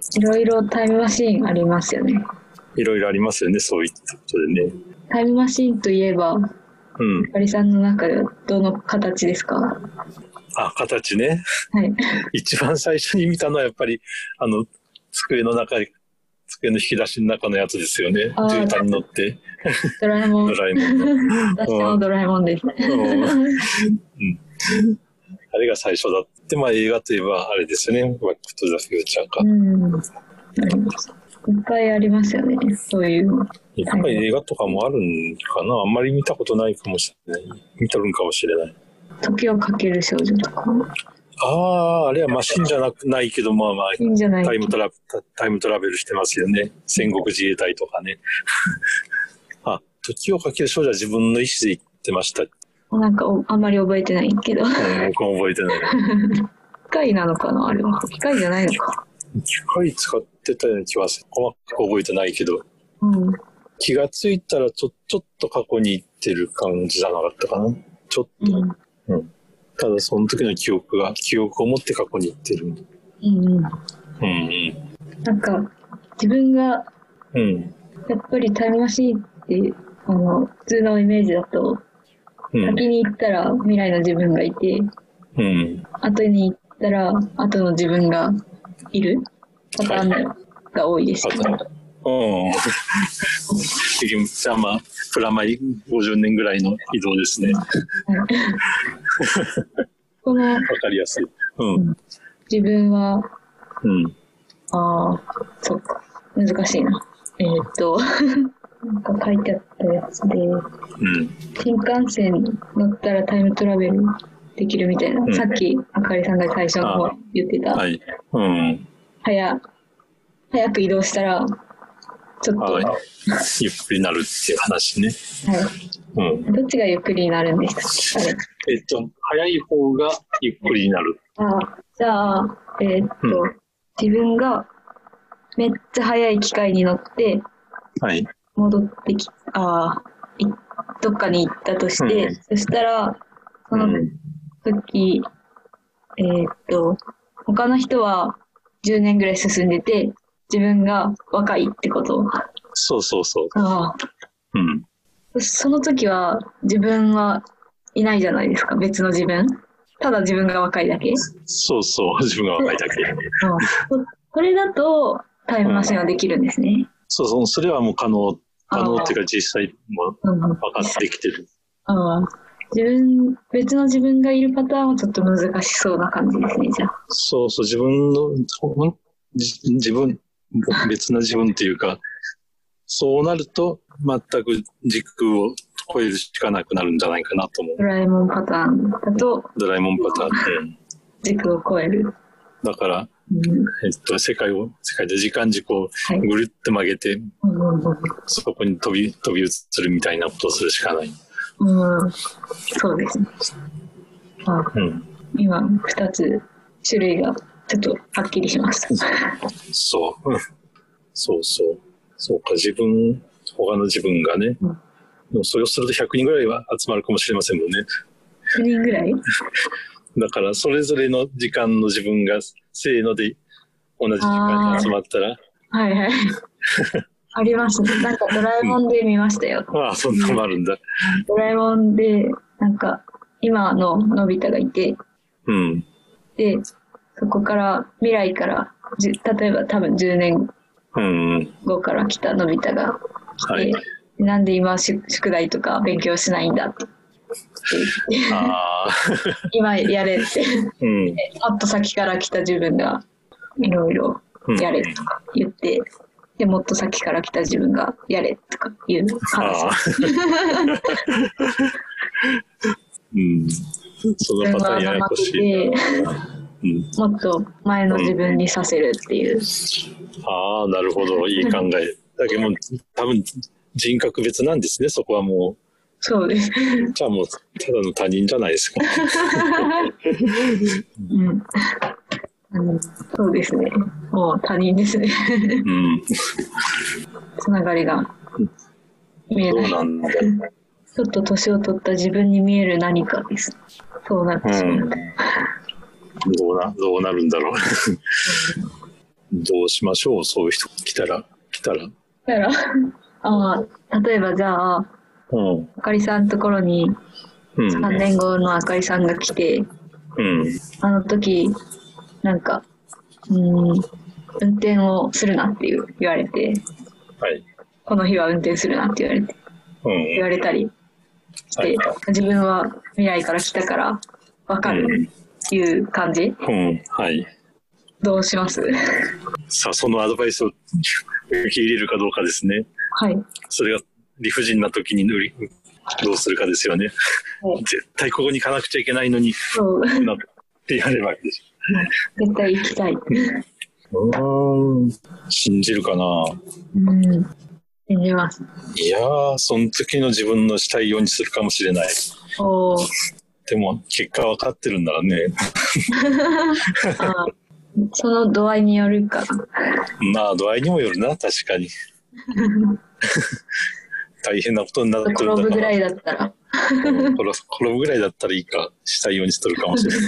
いろいろタイムマシーンありますよね。 いろいろありますよね、そういったことでね。 タイムマシーンといえば、ゆかりさんの中ではどの形ですか？ 形ね。 はい。 一番最初に見たのはやっぱり、机の引き出しの中のやつですよね。絨毯に乗って。 ドラえもん。 ドラえもん。 私もドラえもんです。 あれが最初だって、映画といえばあれですよね。バックトゥザフューチャーか。 いっぱいありますよね、そういうの。 いっぱい映画とかもあるんかな。あんまり見たことないかもしれない。見とるんかもしれない。 時をかける少女とか。 あれはマシンじゃないけど、タイムトラベルしてますよね。戦国自衛隊とかね。時をかける少女は自分の意思で言ってました。 なんかあんまり覚えてないけど。 僕も覚えてない。 機械なのかな、あれは。機械じゃないのか。 機械使ってたような気はする。細かく覚えてないけど。気がついたらちょっと過去に行ってる感じじゃなかったかな。ちょっと。ただその時の記憶を持って過去に行ってる。 なんか自分がやっぱりタイムマシーンって普通のイメージだと、先に行ったら未来の自分がいて、後に行ったら後の自分がいるパターンが多いです。 じゃあプラマイ50年ぐらいの移動ですね。わかりやすい。 自分は、そっか、難しいな。なんか書いてあったやつで、新幹線乗ったらタイムトラベルできるみたいな、さっきあかりさんが最初の方言ってた、早く移動したらちょっと、 ゆっくりになるっていう話ね。 どっちがゆっくりになるんでしたっけ？ 早い方がゆっくりになる。 じゃあ、自分がめっちゃ速い機械に乗って、戻ってどっかに行ったとして、そしたら、その時、他の人は10年ぐらい進んでて、自分が若いってこと。 そう。 その時は自分はいないじゃないですか、別の自分。ただ自分が若いだけ。 そう、自分が若いだけ。 これだとタイムマシンはできるんですね。 それはもう可能っていうか実際も分かってきてる。 別の自分がいるパターンはちょっと難しそうな感じですね、じゃあ。 自分の別な自分っていうか、そうなると全く時空を超えるしかなくなるんじゃないかなと思う。 ドラえもんパターンだと時空を超える。 だから、世界で時間軸をぐるっと曲げて、そこに飛び移るみたいなことをするしかない。 そうですね。今2つ種類がちょっとはっきりしました。そうか、他の自分がね、それをすると100人ぐらいは集まるかもしれませんもんね。 100人ぐらい？ だからそれぞれの時間の自分がせーので同じ時間に集まったら。 ありますね。なんかドラえもんで見ましたよ。 そんなのもあるんだ。 ドラえもんでなんか今ののび太がいて、でそこから未来から例えば多分10年後から来たのび太が来て、なんで今宿題とか勉強しないんだって今やれってもっと先から来た自分がいろいろやれとか言って、でもっと先から来た自分がやれとかいう話。 そのパターンややこしいな。 もっと前の自分にさせるっていう。 なるほど、いい考え。だけども多分人格別なんですね、そこはもう。 そうです。 じゃあもうただの他人じゃないですか。 そうですね。もう他人ですね。つながりが見えない。ちょっと年を取った自分に見える何かです。そうなってしまう。 どうなるんだろう。 どうしましょう、そういう人来たら。 例えばじゃあ、あかりさんのところに3年後のあかりさんが来て、あの時なんか運転をするなって言われて、 はい、 この日は運転するなって言われたりして、自分は未来から来たから分かるっていう感じ、 はい、 どうします？ さあ、そのアドバイスを受け入れるかどうかですね。 はい。それが理不尽な時にどうするかですよね。はい、絶対ここに行かなくちゃいけないのになってやれるわけです。 絶対行きたい。 信じるかな。 信じます。 いやー、その時の自分のしたいようにするかもしれない。でも結果分かってるんならね。 その度合いによるかな。 まあ度合いにもよるな、確かに。大変なことになってるんだから。 転ぶぐらいだったら。 転ぶぐらいだったらいいか、したいようにしとるかもしれない。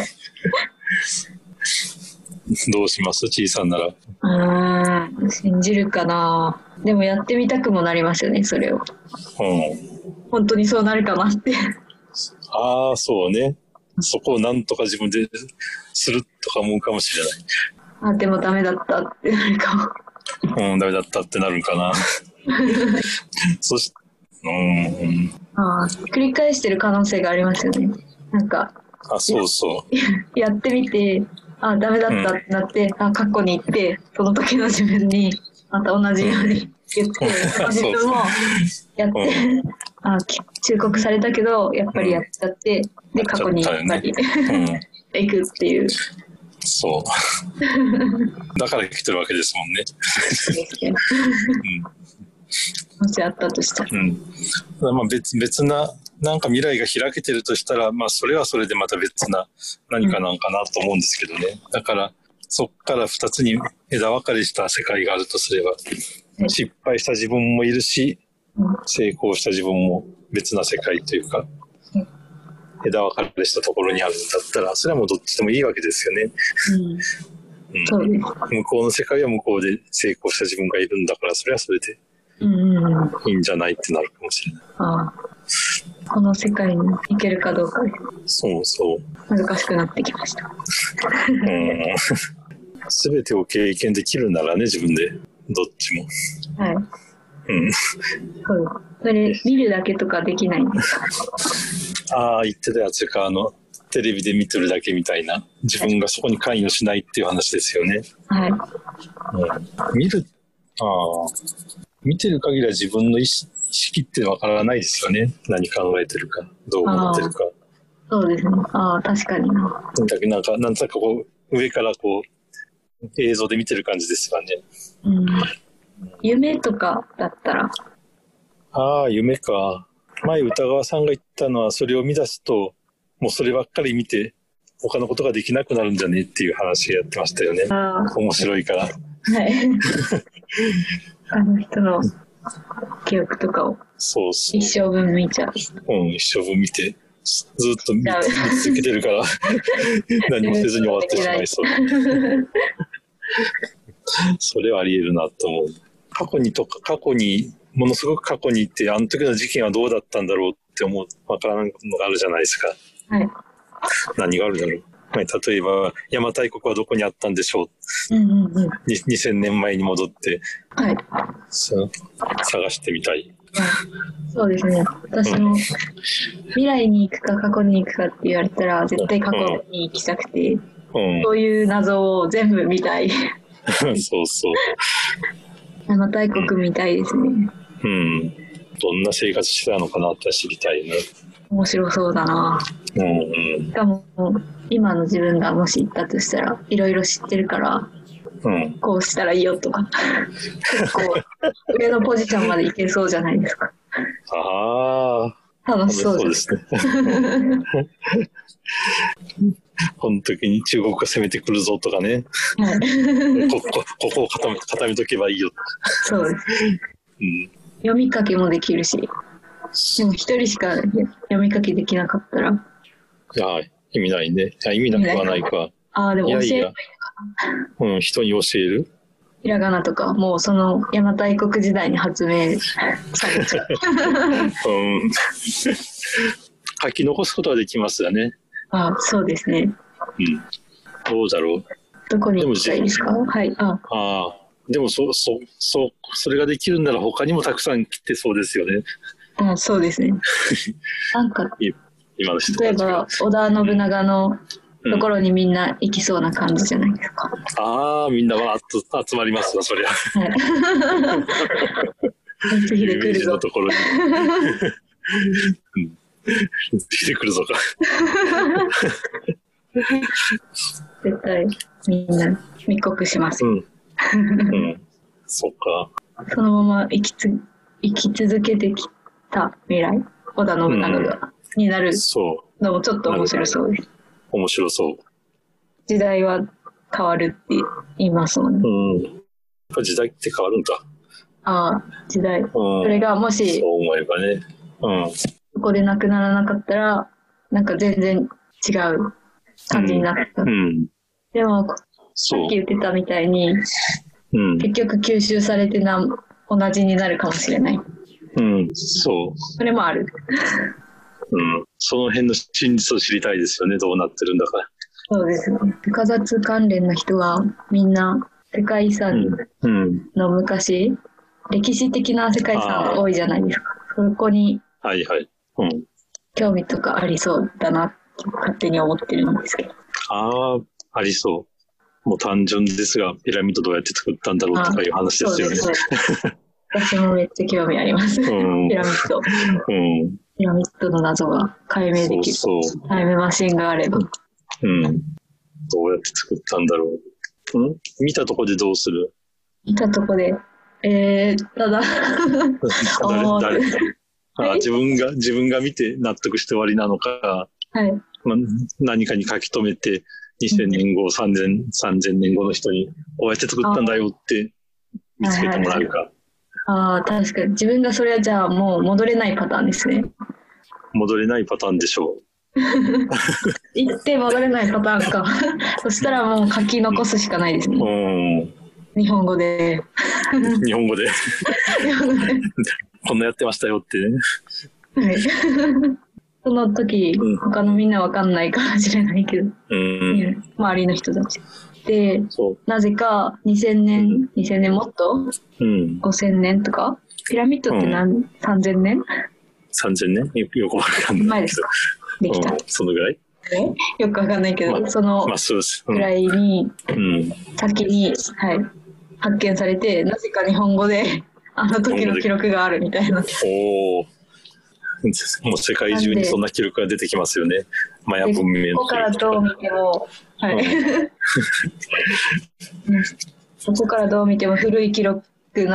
どうします？小さんなら。 信じるかな。でもやってみたくもなりますよね、それを。本当にそうなるかなって。 そうね。そこをなんとか自分でするとか思うかもしれない。でもダメだったってなるかも。 ダメだったってなるかな。そして、 繰り返してる可能性がありますよね。なんか。 そうそう。 やってみて、ダメだったってなって、過去に行って、その時の自分にまた同じように言って、自分もやって、忠告されたけど、やっぱりやっちゃって、で、過去にやっぱり行くっていう。 そう。だから来てるわけですもんね。 もしあったとしたら。 別な、なんか未来が開けてるとしたら、それはそれでまた別な何かなんかなと思うんですけどね。だから、そっから2つに枝分かれした世界があるとすれば、失敗した自分もいるし、成功した自分も別な世界というか、枝分かれしたところにあるんだったら、それはもうどっちでもいいわけですよね。向こうの世界は向こうで成功した自分がいるんだから、それはそれでいいんじゃないってなるかもしれない。 この世界に行けるかどうかでそう難しくなってきました。 全てを経験できるならね、自分でどっちも。 はい。それ見るだけとかできないんですか？ 言ってたやつか、テレビで見てるだけみたいな、自分がそこに関与しないっていう話ですよね。 はい。 見てる限りは自分の意識ってわからないですよね。何考えてるか、どう思ってるか。 そうですね。確かに。 なんとなくこう上からこう映像で見てる感じですかね。 夢とかだったら。 夢か。前歌川さんが言ったのは、それを見出すともうそればっかり見て他のことができなくなるんじゃねっていう話やってましたよね。面白いから。はい。 あの人の記憶とかを一生分見ちゃう。 一生分見てずっと見続けてるから何もせずに終わってしまいそう。それはあり得るなと思う。過去にものすごく過去に行って、あの時の事件はどうだったんだろうってわからないのがあるじゃないですか。 はい。 何があるだろう。例えば邪馬台国はどこにあったんでしょう。2000年前に戻って、 はい、 探してみたい。 そうですね。私も未来に行くか過去に行くかって言われたら絶対過去に行きたくて、そういう謎を全部見たい。 そうそう。 邪馬台国みたいですね。 どんな生活してたのかなって知りたいね。 面白そうだな。しかも今の自分がもし行ったとしたらいろいろ知ってるから、こうしたらいいよとか結構上のポジションまで行けそうじゃないですか。楽しそうですね。 この時に中国が攻めてくるぞとかね、ここを固めとけばいいよ。 そうです、読み書きもできるし、でも一人しか読み書きできなかったら意味ないね。意味なくはないか。 でも教えればいいのかな。 人に教える。 ひらがなとか、もうその邪馬台国時代に発明されちゃう。 書き残すことはできますよね。 あ、そうですね。 どうだろう。 どこに行きたいですか？はい。 でもそれができるなら他にもたくさん来てそうですよね。 そうですね。なんか、 今の人例えば織田信長のところにみんな行きそうな感じじゃないですか。 みんなわーっと集まりますわ、そりゃ。 光秀来るぞ。 のところに。来てくるぞか。 絶対みんな密告します。 そっか。 そのまま生き続けてきた未来、織田信長が、になるのもちょっと面白そうです。 面白そう。 時代は変わるって言いますもんね。 時代って変わるんだ。 時代。それがもし、 そう思えばね。 ここでなくならなかったら、なんか全然違う感じになった。でも、さっき言ってたみたいに、結局吸収されて同じになるかもしれない。 そう。 それもある。 その辺の真実を知りたいですよね、どうなってるんだか。 そうですね。深雑関連の人はみんな世界遺産の昔、歴史的な世界遺産多いじゃないですか。そこに興味とかありそうだなって勝手に思ってるんですけど。 ありそう。もう単純ですが、ピラミッドどうやって作ったんだろうとかいう話ですよね。 私もめっちゃ興味あります。ピラミッド。ピラミッドの謎が解明できる。タイムマシンがあれば。 どうやって作ったんだろう。見たとこでどうする？ 見たとこで、ただ自分が見て納得して終わりなのか、何かに書き留めて2000年後、3000年後の人にこうやって作ったんだよって見つけてもらうか。 確かに自分がそれはじゃあもう戻れないパターンですね。 戻れないパターンでしょう。 行って戻れないパターンか。そしたらもう書き残すしかないですね。日本語で。 日本語で。こんなやってましたよってね。 はい。その時、他のみんなわかんないかもしれないけど、周りの人たち。で、なぜか2000年もっと、5000年とか、ピラミッドって3000年 ?3000 年よくわかんない。 前ですか？できた。 そのぐらいよくわかんないけど、そのぐらいに、先に、発見されて、なぜか日本語で、あの時の記録があるみたいな。 もう世界中にそんな記録が出てきますよね。マヤ文明の。 ここからどう見ても、そこからどう見ても古い記録で、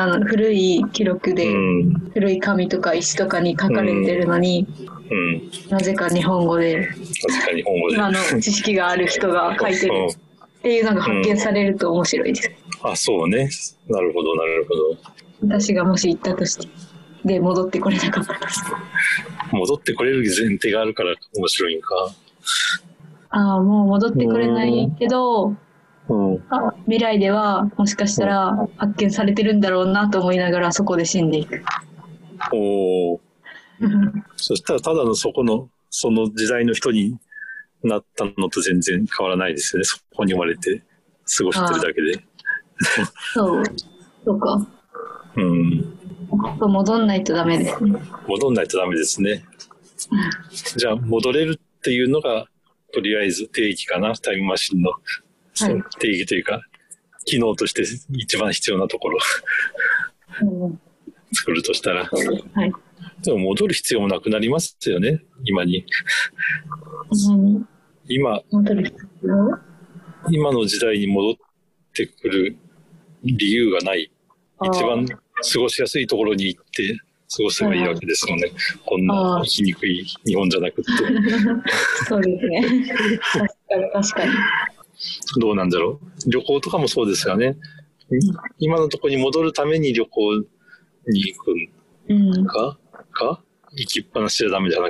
古い紙とか石とかに書かれてるのに、なぜか日本語で、今の知識がある人が書いてるっていうのが発見されると面白いです。 そうね。なるほど、なるほど。私がもし行ったとして。で戻ってこれなかったです。 戻ってこれる前提があるから面白いんか。 もう戻ってこれないけど、未来ではもしかしたら発見されてるんだろうなと思いながらそこで死んでいく。 そしたらただのその時代の人になったのと全然変わらないですよね。そこに生まれて過ごしてるだけで。 そうか。戻んないとダメですね。 戻んないとダメですね。じゃあ戻れるっていうのがとりあえず定義かな。タイムマシンの、定義というか機能として一番必要なところ、作るとしたら、でも戻る必要もなくなりますよね。今の時代に戻ってくる理由がない。一番過ごしやすいところに行って過ごせばいいわけですもんね。こんな生きにくい日本じゃなくて。 そうですね。確かに。 どうなんだろう。旅行とかもそうですよね。今のところに戻るために旅行に行くか、行きっぱなしじゃダメで。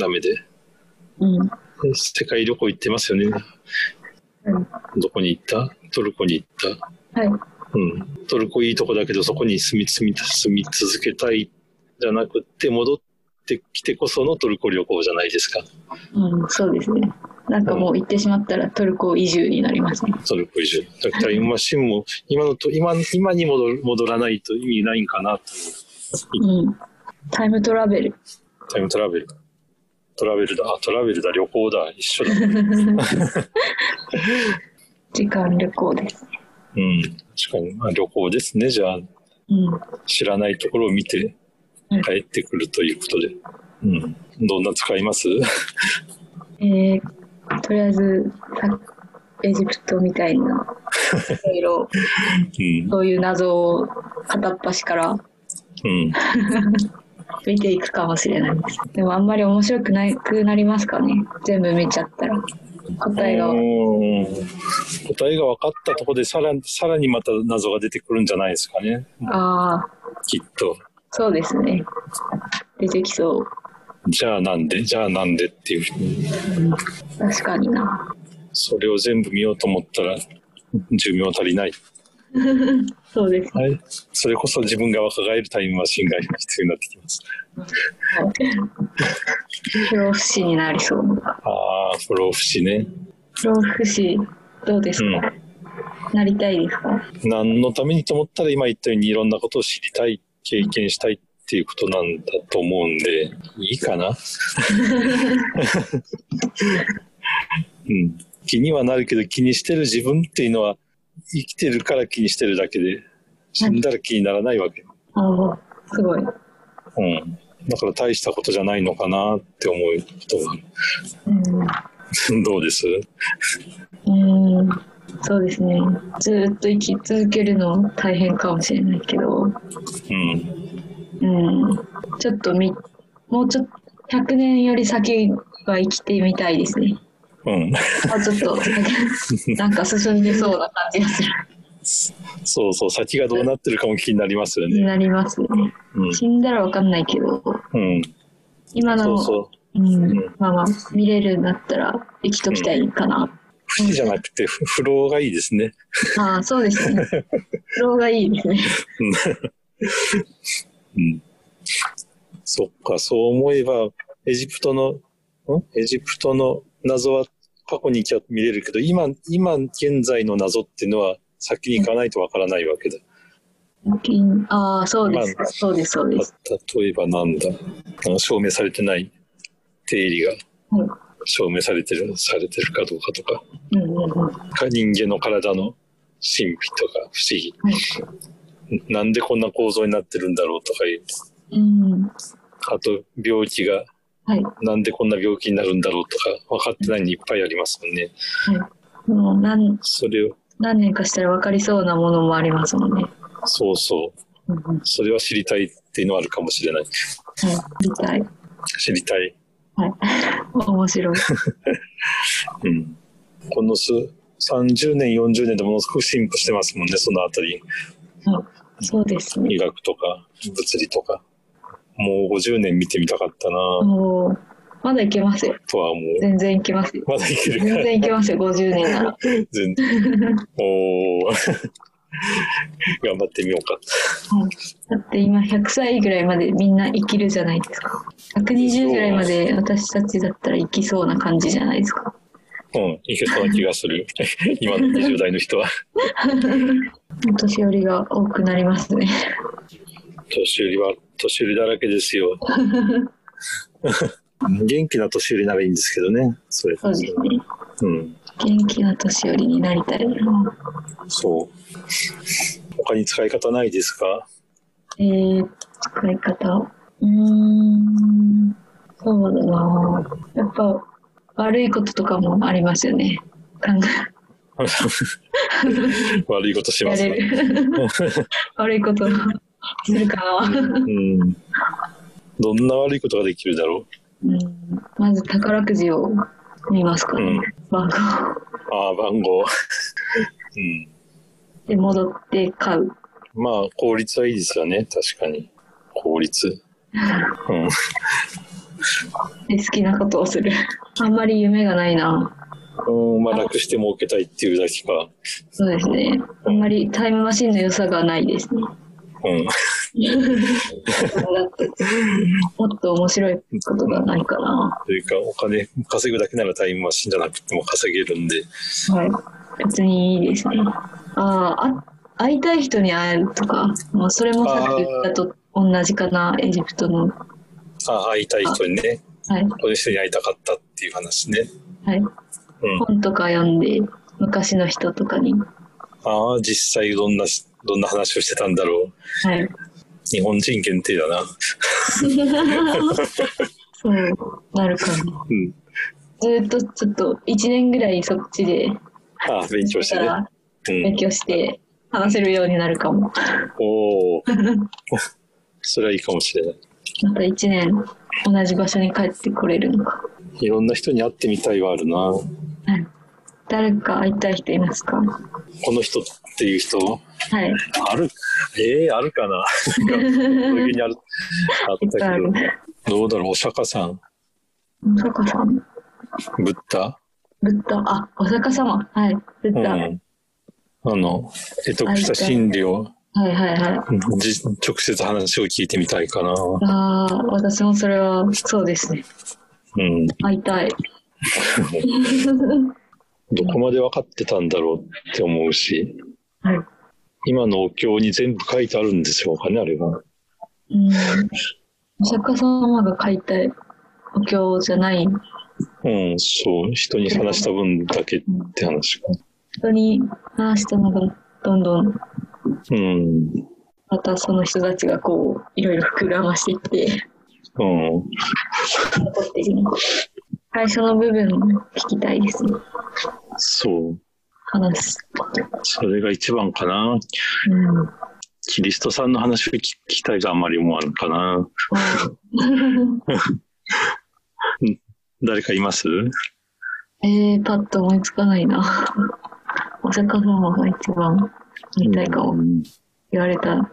世界旅行行ってますよね。どこに行った？トルコに行った。 トルコいいとこだけどそこに住み続けたいじゃなくて、戻ってきてこそのトルコ旅行じゃないですか。 そうですね。なんかもう行ってしまったらトルコ移住になりますね。 トルコ移住。タイムマシンも今に戻らないと意味ないんかなと。 タイムトラベル。 トラベルだ、旅行だ、一緒だ。 時間旅行です。 確かに、旅行ですね、じゃあ。知らないところを見て帰ってくるということで。どんな使います？ とりあえず、エジプトみたいな、いろいろ、そういう謎を片っ端から、見ていくかもしれないです。でもあんまり面白くなりますかね。全部見ちゃったら。答えが分かったところでさらにまた謎が出てくるんじゃないですかね。きっと。 そうですね。出てきそう。 じゃあなんでっていうふうに。 確かにな。 それを全部見ようと思ったら寿命足りない。 そうです、ね。 それこそ自分が若返るタイムマシンが必要になってきます。 不老不死になりそう。 不老不死ね。 不老不死どうですか？なりたいですか？ 何のためにと思ったら今言ったようにいろんなことを知りたい、経験したいっていうことなんだと思うんで、いいかな。気にはなるけど、気にしてる自分っていうのは生きてるから気にしてるだけで、死んだら気にならないわけ。 すごい。 だから大したことじゃないのかなって思うことがある。どうです？ そうですね。ずっと生き続けるの大変かもしれないけど、ちょっともうちょっと100年より先は生きてみたいですね。ちょっとなんか進んでそうな感じがする。 そう、先がどうなってるかも気になりますよね。 気になりますね。死んだらわかんないけど、今の見れるんだったら生きときたいかな。 不死じゃなくて不老がいいですね。 そうですね。不老がいいですね。 そっか、そう思えばエジプトの謎は過去に行きゃ見れるけど、今現在の謎っていうのは先に行かないとわからないわけだ。 そうです。そうです。 例えばなんだ、証明されてない定理が証明されてるかどうかとか、人間の体の神秘とか不思議、なんでこんな構造になってるんだろうとかいう、あと病気がなんでこんな病気になるんだろうとか分かってないのいっぱいありますもんね。 もうそれを何年かしたら分かりそうなものもありますもんね。 そう、それは知りたいっていうのはあるかもしれない。知りたい。 面白い。 この30年40年でものすごく進歩してますもんね、そのあたり。 そうですね。 医学とか物理とか。もう50年見てみたかったな。 まだいけますよ。 とは思う。 全然いけますよ。 まだいけるか。 全然いけますよ、50年なら。 全然。頑張ってみようか。 だって今100歳ぐらいまでみんな生きるじゃないですか。120ぐらいまで私たちだったら生きそうな感じじゃないですか。 いけそうな気がする。今の20代の人は。 お年寄りが多くなりますね。 年寄りだらけですよ。元気な年寄りならいいんですけどね。そうですね。 元気な年寄りになりたいな。 そう。他に使い方ないですか？ 使い方。そうだな。やっぱ悪いこととかもありますよね。 悪いことしますね。 悪いことするかな。 どんな悪いことができるだろう。 まず宝くじを見ますかね。番号。 番号。 で戻って買う。 効率はいいですよね。確かに効率。 で好きなことをする。あんまり夢がないな。 まあ楽して儲けたいっていうだけか。 そうですね。あんまりタイムマシンの良さがないですね。もっと面白いことがないかな。 というか、お金稼ぐだけならタイムマシンじゃなくても稼げるんで。 はい。別にいいですね。会いたい人に会えるとか、まあ、それもさっき言ったと同じかな、エジプトの。 会いたい人にね。はい。この人に会いたかったっていう話ね。 はい。本とか読んで、昔の人とかに。 実際どんな話をしてたんだろう。はい。日本人限定だな。 そうなるかも。ずっとちょっと1年ぐらいそっちで勉強してね。 勉強して話せるようになるかも。 おお。それはいいかもしれない。 また1年同じ場所に帰ってこれるのか。 いろんな人に会ってみたいはあるな。 誰か会いたい人いますか？ この人っていう人？はい。あるかな。時にあったけど。どうだろう、お釈迦さん。 お釈迦さん。 ブッダ。 お釈迦様。はい。ブッダ。 得得した真理を。 はいはいはい。 直接話を聞いてみたいかな。 私もそれはそうですね。会いたい。 どこまで分かってたんだろうって思うし、はい、今のお経に全部書いてあるんでしょうかね、あれは。 お釈迦様が書いたお経じゃない。 そう、人に話した分だけって話か。 人に話したのがどんどん、またその人たちがこういろいろ膨らましていって、残っているの。最初の部分聞きたいですね。 そう。 話す。 それが一番かな。キリストさんの話を聞きたいがあんまり思わんかな。誰かいます？ パッと思いつかないな。お釈迦様が一番見たいかも。言われた。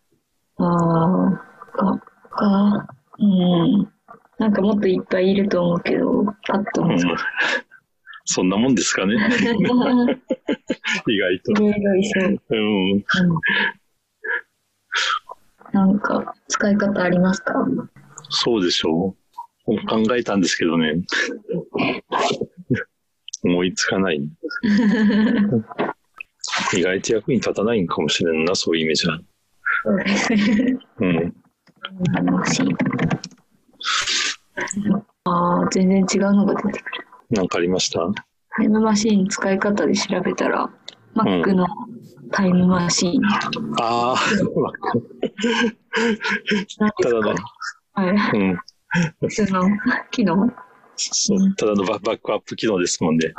なんかもっといっぱいいると思うけど、パッと思う。 そんなもんですかね。意外と。 いろいろいそう。なんか使い方ありますか？ そうでしょう。考えたんですけどね。思いつかない。意外と役に立たないんかもしれんな、そういう意味じゃ。 そうですね。全然違うのが出てくる。 なんかありました？ タイムマシーン使い方で調べたら、Mac のタイムマシーン。 ただの。 はい。普通の機能。 そう、ただのバックアップ機能ですもんね。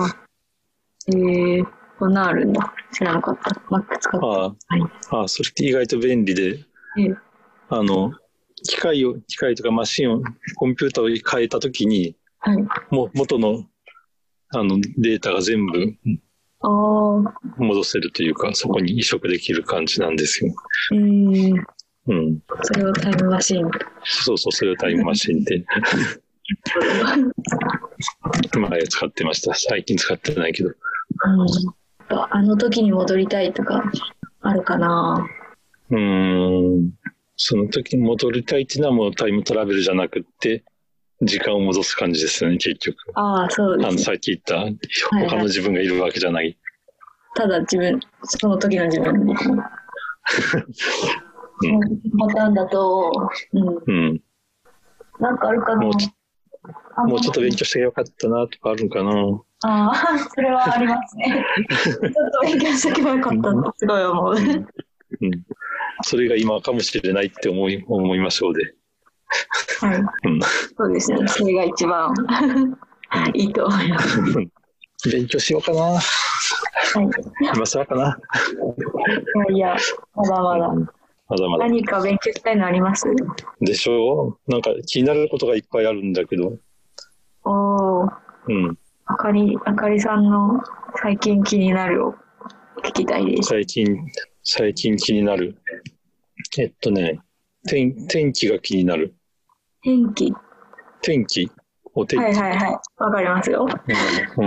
こんなあるんだ。知らなかった。Mac 使って。 それって意外と便利で、機械とかマシンを、コンピューターを変えたときに、元のデータが全部戻せるというか、そこに移植できる感じなんですよ。 それをタイムマシン。 そう、それをタイムマシンで。前使ってました。最近使ってないけど。 あの時に戻りたいとかあるかな。 その時に戻りたいっていうのはもうタイムトラベルじゃなくって時間を戻す感じですよね、結局。 そうですね。 さっき言った他の自分がいるわけじゃない。 ただその時の自分ですね。パターンだと、なんかあるかな。 もうちょっと勉強してよかったなとかあるんかな。 それはありますね。ちょっと勉強しておけばよかったってすごい思う。 それが今かもしれないって思いましょうで。 はい。そうですね。それが一番いいと思います。 勉強しようかな。今更かな。 いや、まだまだ。何か勉強したいのあります？ でしょう。なんか気になることがいっぱいあるんだけど。 あかりさんの最近気になるを聞きたいです。 最近気になる。天気が気になる。 天気。 お天気。 はいはいはい。わかりますよ。 うん。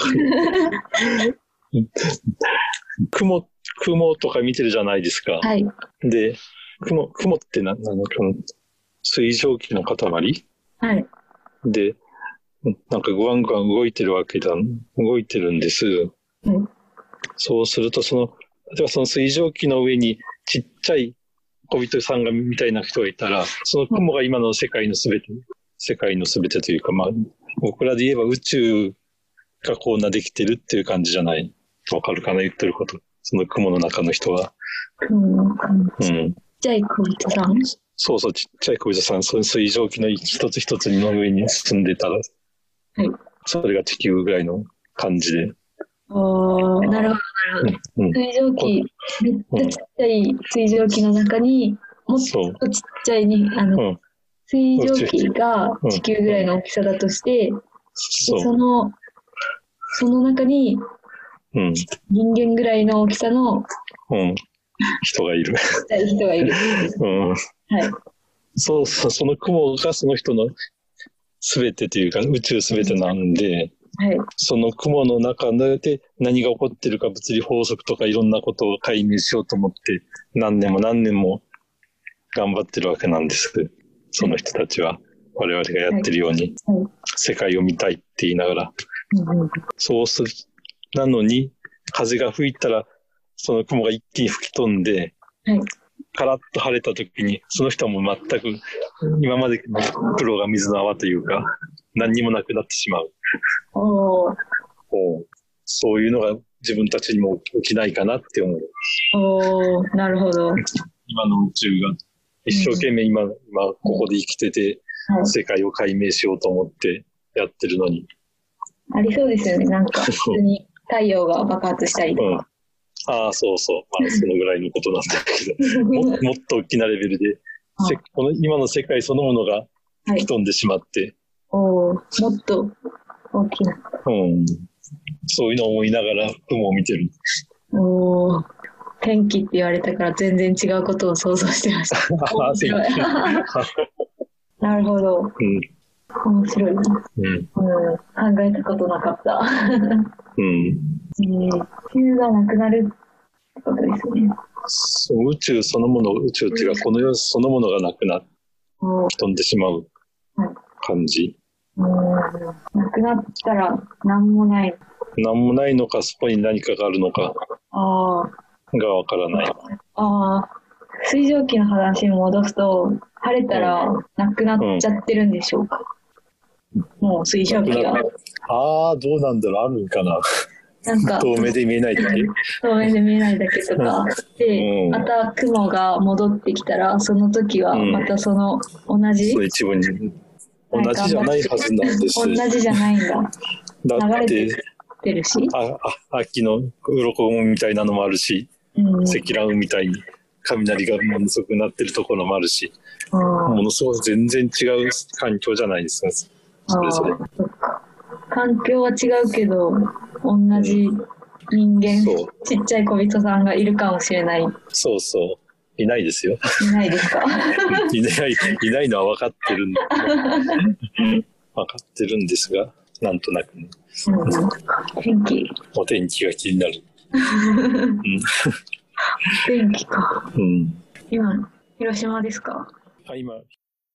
雲とか見てるじゃないですか。 はい。 で、雲って何なのかな、水蒸気の塊？ はい。 で、なんかグワングワン動いてるんです。 はい。 そうすると、例えばその水蒸気の上にちっちゃい小人さんみたいな人がいたら、その雲が今の世界のすべてというか、まあ、僕らで言えば宇宙がこんなできてるっていう感じじゃない。わかるかな、言ってること。その雲の中の人は。 ちっちゃい小人さん？ そうそう、ちっちゃい小人さん、その水蒸気の一つ一つの上に住んでたら、 はい。 それが地球ぐらいの感じで。 なるほど、なるほど。水蒸気、めっちゃちっちゃい水蒸気の中に、もっとちっちゃい水蒸気が地球ぐらいの大きさだとして、その中に、人間ぐらいの大きさの、 人がいる。 人がいる。はい。 その雲がその人の全てというか宇宙全てなんで、はい、その雲の中で何が起こってるか、物理法則とかいろんなことを解明しようと思って何年も頑張ってるわけなんです。その人たちは我々がやってるように、世界を見たいって言いながら、そうする。なのに風が吹いたらその雲が一気に吹き飛んで、カラッと晴れた時にその人はもう全く今までの苦労が水の泡というか何にもなくなってしまう。そういうのが自分たちにも起きないかなって思う。 なるほど。 今の宇宙が一生懸命今ここで生きてて、世界を解明しようと思ってやってるのに。 ありそうですよね。なんか普通に太陽が爆発したりとか。 そうそう。まあそのぐらいのことなんだけど、もっと大きなレベルで、この今の世界そのものが吹き飛んでしまって。 もっと大きな。 そういうのを思いながら雲を見てる。 天気って言われたから全然違うことを想像してました。面白い。なるほど。面白いな。考えたことなかった。地球がなくなるってことですね。 宇宙っていうかこの世そのものがなくなって飛んでしまう感じ。 なくなったら何もない。 何もないのか、そこに何かがあるのかがわからない。 水蒸気の話に戻すと、晴れたらなくなっちゃってるんでしょうか。もう水蒸気が。 どうなんだろう、あるんかな。 なんか透明で見えないだけ。 透明で見えないだけとかで、また雲が戻ってきたら、その時はまたその同じ。 そう一部に同じじゃないはずなんです。 同じじゃないんだ。 だって流れてるし。 秋の鱗雲みたいなのもあるし、積乱雲みたいに雷がものすごくなってるところもあるし、ものすごく全然違う環境じゃないですか。それぞれ。 環境は違うけど、同じ人間、ちっちゃい小人さんがいるかもしれない。 そうそう。いないですよ。 いないですか？ いないのは分かってる分かってるんですが、なんとなくね。お天気が気になる。 天気か。今、広島ですか？ 今